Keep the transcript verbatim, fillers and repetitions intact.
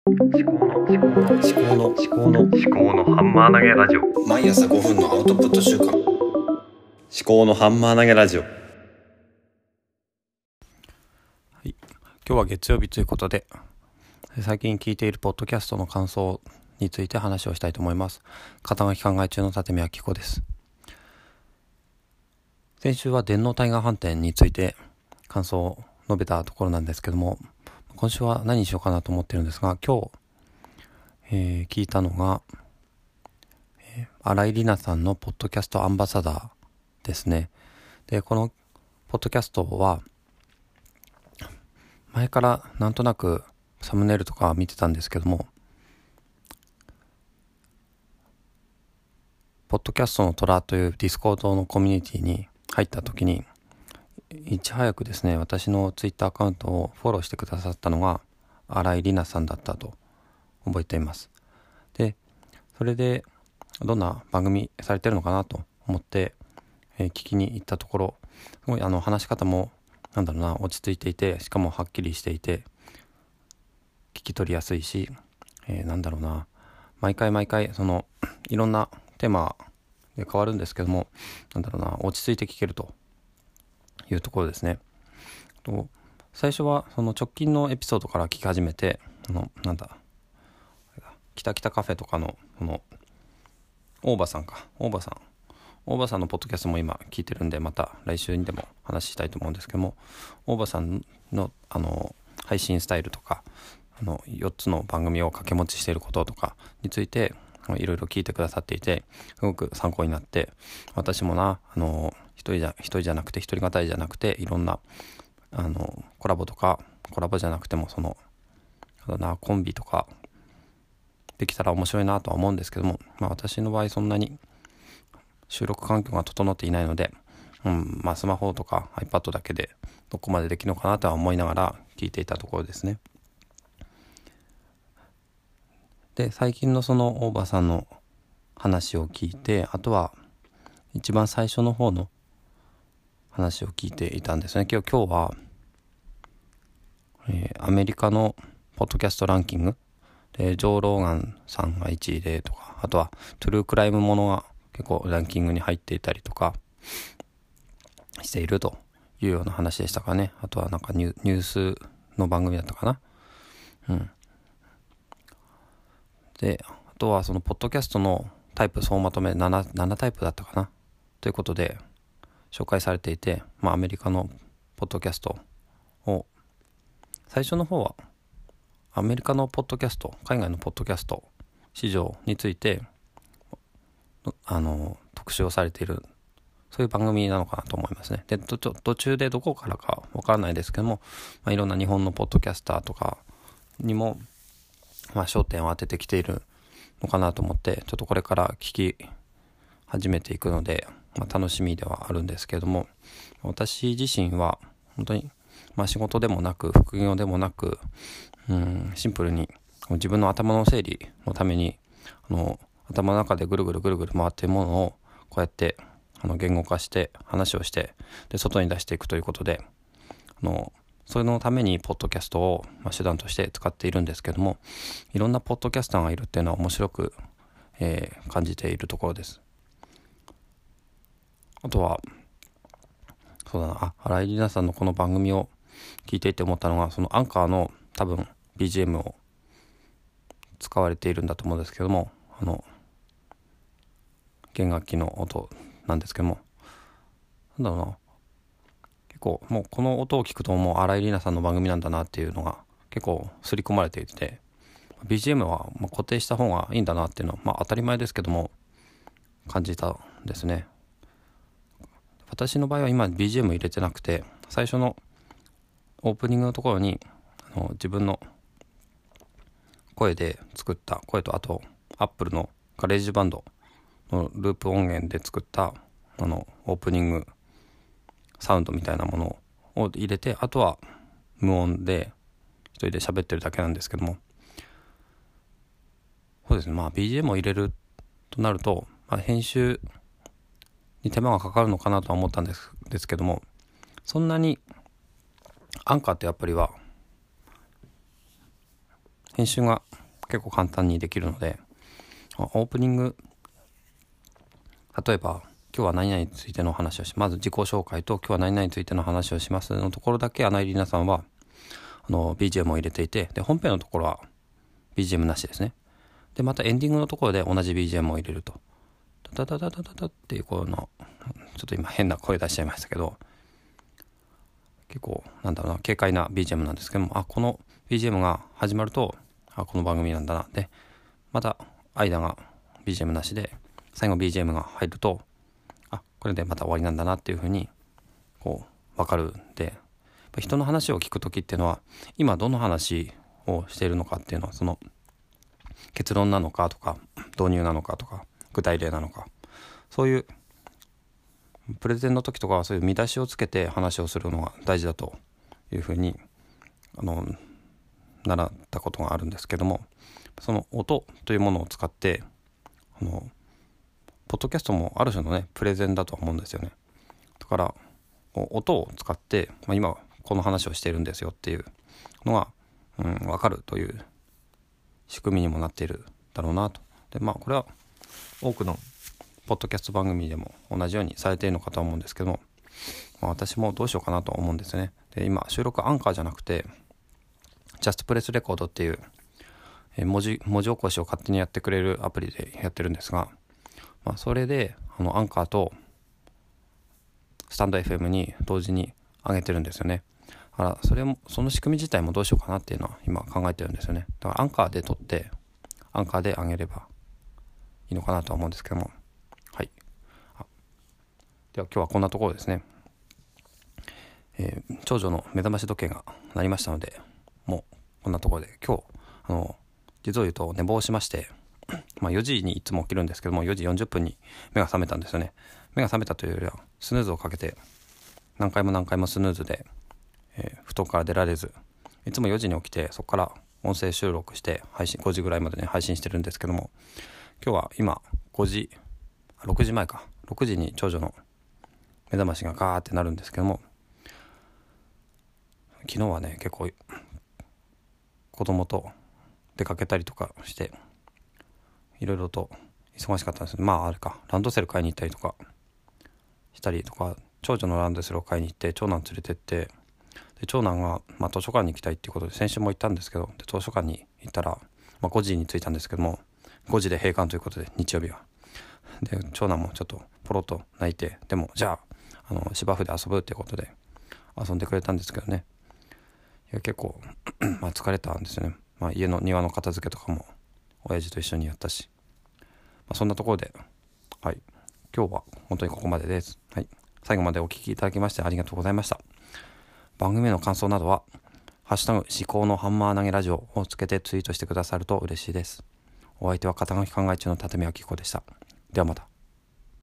思考の思考の思考の思考の思考のハンマー投げラジオ。 毎朝ごふんのアウトプット週間。 思考のハンマー投げラジオ。 はい、今日は月曜日ということで、最近聞いているポッドキャストの感想について話をしたいと思います。肩書き考え中の立見明子です。先週は電脳タイガー飯店について感想を述べたところなんですけども、今週は何にしようかなと思ってるんですが、今日、えー、聞いたのが、えー、新井里奈さんのポッドキャストアンバサダーですね。で、このポッドキャストは前からなんとなくサムネイルとか見てたんですけども、ポッドキャストの虎というディスコードのコミュニティに入った時に、いち早くですね、私のツイッターアカウントをフォローしてくださったのが新井里奈さんだったと覚えています。で、それでどんな番組されてるのかなと思って、えー、聞きに行ったところ、すごいあの話し方もなんだろうな、落ち着いていて、しかもはっきりしていて聞き取りやすいし、えー、なんだろうな、毎回毎回そのいろんなテーマで変わるんですけども、なんだろうな、落ち着いて聞けるというところですね。と最初はその直近のエピソードから聞き始めて、あのなんだキタキタカフェとかのこの大場さんか大場さん大場さんのポッドキャストも今聞いてるんで、また来週にでも話したいと思うんですけども、大場さんのあの配信スタイルとか、あのよっつの番組を掛け持ちしていることとかについていろいろ聞いてくださっていて、すごく参考になって、私もな、あの一人じゃ一人じゃなくて一人語りじゃなくて、いろんなあのコラボとかコラボじゃなくてもそのなコンビとかできたら面白いなとは思うんですけども、まあ、私の場合そんなに収録環境が整っていないので、うんまあ、スマホとか iPad だけでどこまでできるのかなとは思いながら聞いていたところですね。で、最近のその大場さんの話を聞いて、あとは一番最初の方の話を聞いていたんですね。今日今日は、えー、アメリカのポッドキャストランキングでジョー・ローガンさんがいちいでとか、あとはトゥルークライムものが結構ランキングに入っていたりとかしているというような話でしたかね。あとはなんかニュ、ニュースの番組だったかな。うんで、あとはそのポッドキャストのタイプ総まとめ 7, 7タイプだったかなということで紹介されていて、まあアメリカのポッドキャストを、最初の方はアメリカのポッドキャスト、海外のポッドキャスト市場についてあの特集をされている、そういう番組なのかなと思いますね。で、途中でどこからかわからないですけども、まあ、いろんな日本のポッドキャスターとかにも、まあ、焦点を当ててきているのかなと思って、ちょっとこれから聞き始めていくので、まあ、楽しみではあるんですけれども、私自身は本当に、まあ、仕事でもなく副業でもなく、うんシンプルに自分の頭の整理のために、あの頭の中でぐるぐるぐるぐる回っているものをこうやってあの言語化して話をして、で外に出していくということで、あのそれのためにポッドキャストを、まあ、手段として使っているんですけども、いろんなポッドキャスターがいるっていうのは面白く、えー、感じているところです。あとはそうだなあ新井里奈さんのこの番組を聞いていて思ったのが、そのアンカーの多分 ビージーエム を使われているんだと思うんですけども、あの弦楽器の音なんですけども、なんだろうな、結構もうこの音を聞くともう新井里奈さんの番組なんだなっていうのが結構刷り込まれていて、 ビージーエム はまあ固定した方がいいんだなっていうのは、まあ当たり前ですけども感じたんですね。私の場合は今 ビージーエム 入れてなくて、最初のオープニングのところにあの自分の声で作った声と、あと Apple のガレージバンドのループ音源で作ったあのオープニングサウンドみたいなものを入れて、あとは無音で一人で喋ってるだけなんですけども、そうですね、まあ ビージーエム を入れるとなると、まあ、編集に手間がかかるのかなとは思ったんですですけども、そんなにアンカーってやっぱりは編集が結構簡単にできるので、オープニング、例えば今日は何々についての話をしまず自己紹介と今日は何々についての話をしますのところだけ穴井里奈さんはあの ビージーエム を入れていて、で本編のところは ビージーエム なしですね。でまたエンディングのところで同じ ビージーエム を入れると、タタタタタタっていうこのちょっと今変な声出しちゃいましたけど、結構なんだろうな、軽快な ビージーエム なんですけども、あこの ビージーエム が始まるとあこの番組なんだな、でまた間が ビージーエム なしで最後 ビージーエム が入るとあこれでまた終わりなんだなっていう風にこう分かるんで、人の話を聞くときっていうのは今どの話をしているのかっていうのはその結論なのかとか導入なのかとか具体例なのか、そういうプレゼンの時とかはそういう見出しをつけて話をするのが大事だというふうにあの習ったことがあるんですけども、その音というものを使ってあのポッドキャストもある種のねプレゼンだと思うんですよね。だから音を使って、まあ、今この話をしているんですよっていうのが、うん、分かるという仕組みにもなっているだろうなと。でまあこれは多くのポッドキャスト番組でも同じようにされているのかと思うんですけども、まあ、私もどうしようかなと思うんですね。で今収録アンカーじゃなくてジャストプレスレコードっていう文字文字起こしを勝手にやってくれるアプリでやってるんですが、まあ、それであのアンカーとスタンド エフエム に同時に上げてるんですよね。だからそれもその仕組み自体もどうしようかなっていうのは今考えてるんですよね。だからアンカーで撮ってアンカーで上げればいいのかなとは思うんですけども、はい。あでは今日はこんなところですね。えー、長女の目覚まし時計が鳴りましたので、もうこんなところで今日あの実を言うと寝坊しましてまあよじにいつも起きるんですけども、よじよんじゅっぷんに目が覚めたんですよね。目が覚めたというよりはスヌーズをかけて何回も何回もスヌーズで、えー、布団から出られず、いつもよじに起きてそこから音声収録して配信ごじぐらいまでね配信してるんですけども、今日は今ごじろくじまえかろくじに長女の目覚ましがガーってなるんですけども、昨日はね結構子供と出かけたりとかしていろいろと忙しかったんです。まああれかランドセル買いに行ったりとかしたりとか、長女のランドセルを買いに行って長男連れてって、で長男が、まあ、図書館に行きたいっていうことで先週も行ったんですけど、で図書館に行ったら、まあ、ごじに着いたんですけどもごじで閉館ということで日曜日はで長男もちょっとポロッと泣いて、でもじゃあ、あの芝生で遊ぶっていうことで遊んでくれたんですけどね、いや結構まあ疲れたんですよね。まあ、家の庭の片付けとかも親父と一緒にやったし、まあ、そんなところで、はい、今日は本当にここまでです。はい、最後までお聞きいただきましてありがとうございました。番組への感想などはハッシュタグ思考のハンマー投げラジオをつけてツイートしてくださると嬉しいです。お相手は肩書き考え中の立見明子でした。ではまた。